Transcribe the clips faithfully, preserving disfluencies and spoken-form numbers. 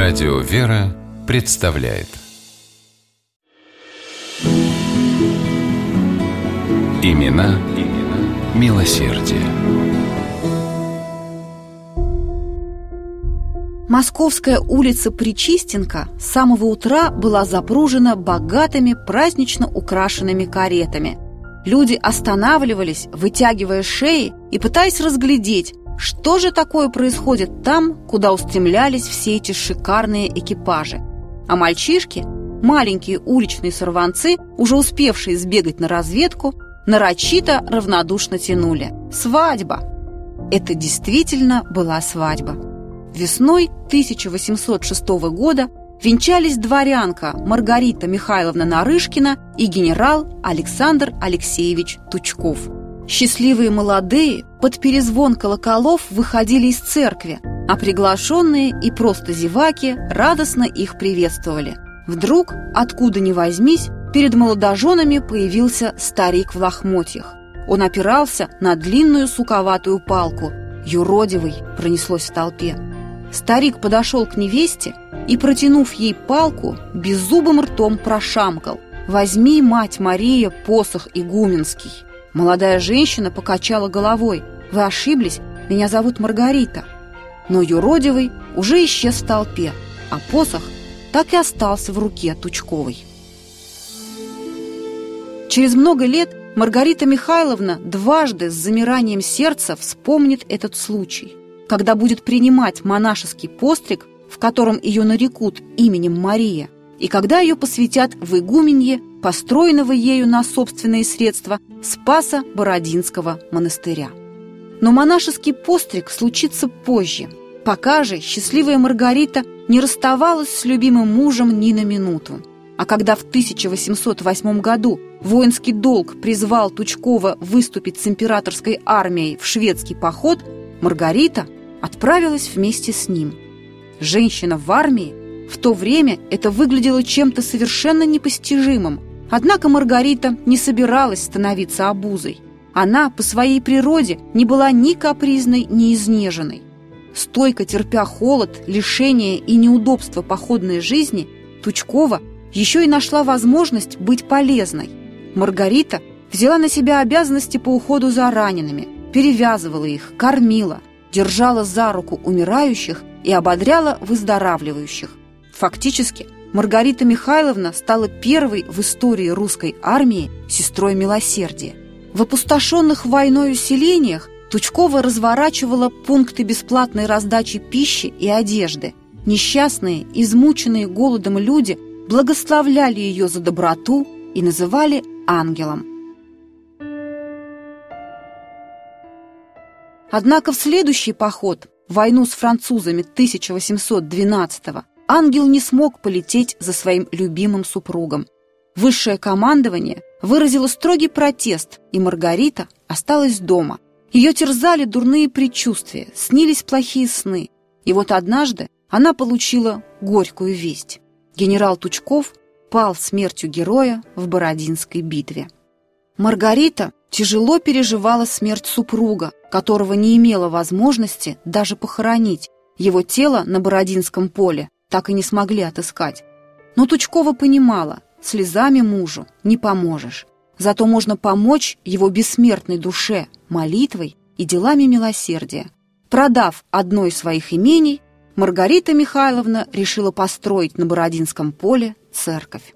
Радио «Вера» представляет Имена, имена милосердия. Московская улица Причистенка с самого утра была запружена богатыми празднично украшенными каретами. Люди останавливались, вытягивая шеи и пытаясь разглядеть, что же такое происходит там, куда устремлялись все эти шикарные экипажи. А мальчишки, маленькие уличные сорванцы, уже успевшие сбегать на разведку, нарочито равнодушно тянули: «Свадьба!» Это действительно была свадьба. Весной тысяча восемьсот шестого года венчались дворянка Маргарита Михайловна Нарышкина и генерал Александр Алексеевич Тучков. Счастливые молодые под перезвон колоколов выходили из церкви, а приглашенные и просто зеваки радостно их приветствовали. Вдруг, откуда ни возьмись, перед молодоженами появился старик в лохмотьях. Он опирался на длинную суковатую палку. «Юродивый!» пронеслось в толпе. Старик подошел к невесте и, протянув ей палку, беззубым ртом прошамкал: «Возьми, мать Мария, посох игуменский». Молодая женщина покачала головой: «Вы ошиблись, меня зовут Маргарита». Но юродивый уже исчез в толпе, а посох так и остался в руке Тучковой. Через много лет Маргарита Михайловна дважды с замиранием сердца вспомнит этот случай, когда будет принимать монашеский постриг, в котором ее нарекут именем Мария, и когда ее посвятят в игуменье построенного ею на собственные средства Спаса Бородинского монастыря. Но монашеский постриг случится позже. Пока же счастливая Маргарита не расставалась с любимым мужем ни на минуту. А когда в тысяча восемьсот восьмом году воинский долг призвал Тучкова выступить с императорской армией в шведский поход, Маргарита отправилась вместе с ним. Женщина в армии — в то время это выглядело чем-то совершенно непостижимым. Однако Маргарита не собиралась становиться обузой. Она по своей природе не была ни капризной, ни изнеженной. Стойко терпя холод, лишения и неудобства походной жизни, Тучкова еще и нашла возможность быть полезной. Маргарита взяла на себя обязанности по уходу за ранеными, перевязывала их, кормила, держала за руку умирающих и ободряла выздоравливающих. Фактически, Маргарита Михайловна стала первой в истории русской армии сестрой милосердия. В опустошенных войною селениях Тучкова разворачивала пункты бесплатной раздачи пищи и одежды. Несчастные, измученные голодом люди благословляли ее за доброту и называли ангелом. Однако в следующий поход, войну с французами тысяча восемьсот двенадцатого, ангел не смог полететь за своим любимым супругом. Высшее командование выразило строгий протест, и Маргарита осталась дома. Ее терзали дурные предчувствия, снились плохие сны. И вот однажды она получила горькую весть. Генерал Тучков пал смертью героя в Бородинской битве. Маргарита тяжело переживала смерть супруга, которого не имела возможности даже похоронить. Его тело на Бородинском поле так и не смогли отыскать. Но Тучкова понимала, слезами мужу не поможешь. Зато можно помочь его бессмертной душе молитвой и делами милосердия. Продав одно из своих имений, Маргарита Михайловна решила построить на Бородинском поле церковь.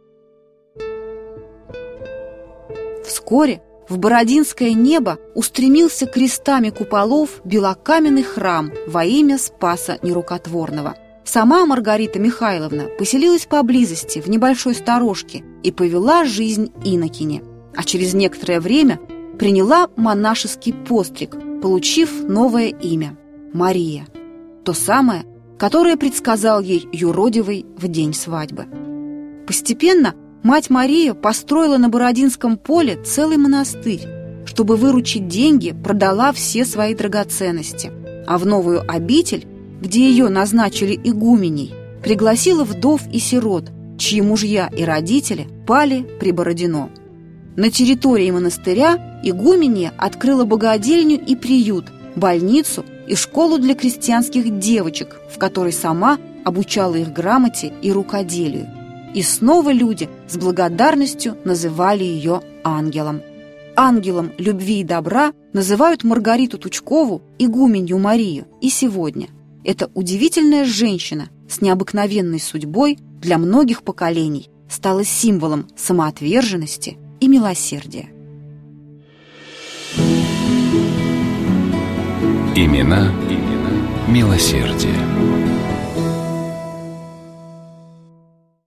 Вскоре в Бородинское небо устремился крестами куполов белокаменный храм во имя Спаса Нерукотворного. Сама Маргарита Михайловна поселилась поблизости, в небольшой сторожке, и повела жизнь инокини, а через некоторое время приняла монашеский постриг, получив новое имя – Мария, то самое, которое предсказал ей юродивый в день свадьбы. Постепенно мать Мария построила на Бородинском поле целый монастырь. Чтобы выручить деньги, продала все свои драгоценности, а в новую обитель, где ее назначили игуменей, пригласила вдов и сирот, чьи мужья и родители пали при Бородино. На территории монастыря игуменья открыла богадельню и приют, больницу и школу для крестьянских девочек, в которой сама обучала их грамоте и рукоделию. И снова люди с благодарностью называли ее ангелом. Ангелом любви и добра называют Маргариту Тучкову, игуменью Марию, и сегодня. Эта удивительная женщина с необыкновенной судьбой для многих поколений стала символом самоотверженности и милосердия. Имена, имена милосердия.